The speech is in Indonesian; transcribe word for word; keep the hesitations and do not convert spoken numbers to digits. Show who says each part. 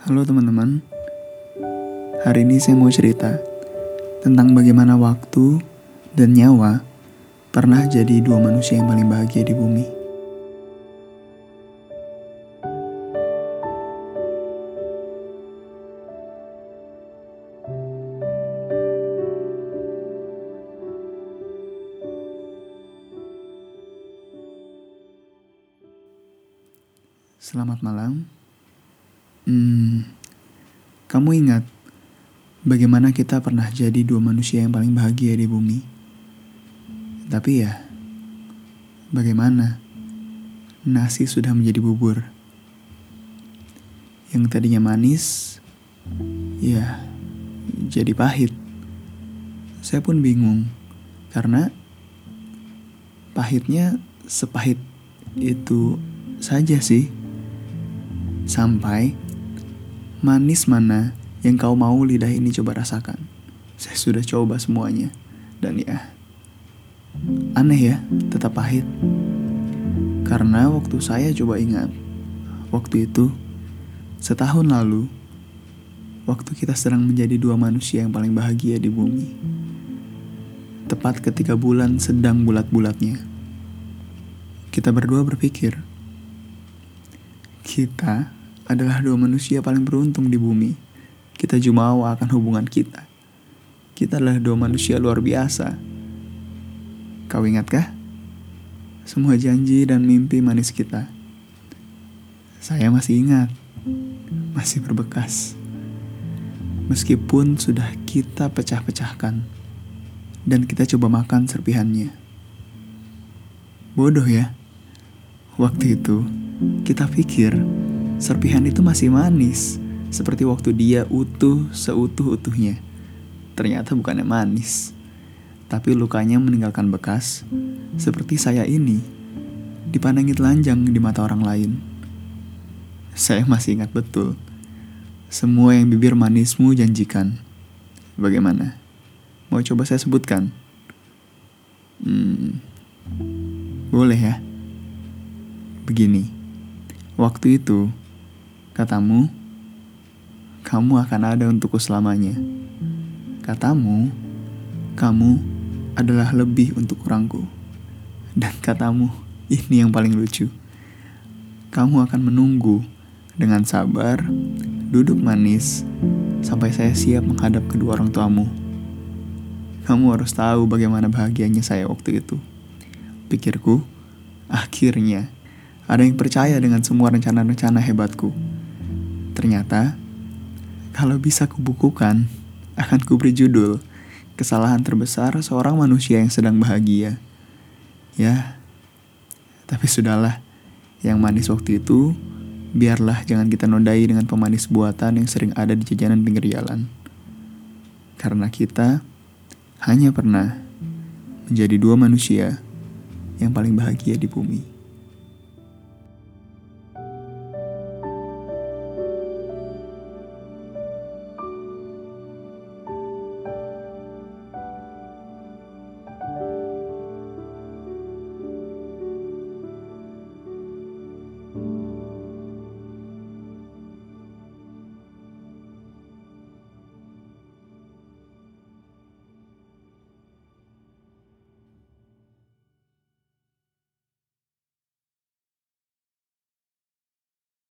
Speaker 1: Halo teman-teman, hari ini saya mau cerita tentang bagaimana waktu dan nyawa pernah jadi dua manusia yang paling bahagia di bumi. Selamat malam. Hmm, kamu ingat bagaimana kita pernah jadi dua manusia yang paling bahagia di bumi? Tapi ya, bagaimana? Nasi sudah menjadi bubur. Yang tadinya manis, ya jadi pahit. Saya pun bingung, karena pahitnya sepahit itu saja sih. Sampai manis mana yang kau mau lidah ini coba rasakan. Saya sudah coba semuanya. Dan ya, aneh ya, tetap pahit. Karena waktu saya coba ingat, waktu itu, setahun lalu, waktu kita sedang menjadi dua manusia yang paling bahagia di bumi. Tepat ketika bulan sedang bulat-bulatnya. Kita berdua berpikir, kita adalah dua manusia paling beruntung di bumi. Kita jumawa akan hubungan kita. Kita adalah dua manusia luar biasa. Kau ingatkah? Semua janji dan mimpi manis kita. Saya masih ingat. Masih berbekas. Meskipun sudah kita pecah-pecahkan. Dan kita coba makan serpihannya. Bodoh ya. Waktu itu, kita pikir serpihan itu masih manis, seperti waktu dia utuh seutuh-utuhnya. Ternyata bukannya manis, tapi lukanya meninggalkan bekas, seperti saya ini, dipandangi telanjang di mata orang lain. Saya masih ingat betul, semua yang bibir manismu janjikan. Bagaimana? Mau coba saya sebutkan? Hmm, boleh ya? Begini, waktu itu, katamu, kamu akan ada untukku selamanya. Katamu, kamu adalah lebih untuk orangku. Dan katamu, ini yang paling lucu. Kamu akan menunggu dengan sabar, duduk manis, sampai saya siap menghadap kedua orang tuamu. Kamu harus tahu bagaimana bahagianya saya waktu itu. Pikirku, akhirnya ada yang percaya dengan semua rencana-rencana hebatku. Ternyata, kalau bisa kubukukan, akan kuberi judul Kesalahan Terbesar Seorang Manusia Yang Sedang Bahagia. Ya, tapi sudahlah. Yang manis waktu itu, biarlah jangan kita nodai dengan pemanis buatan yang sering ada di jajanan pinggir jalan. Karena kita hanya pernah menjadi dua manusia yang paling bahagia di bumi.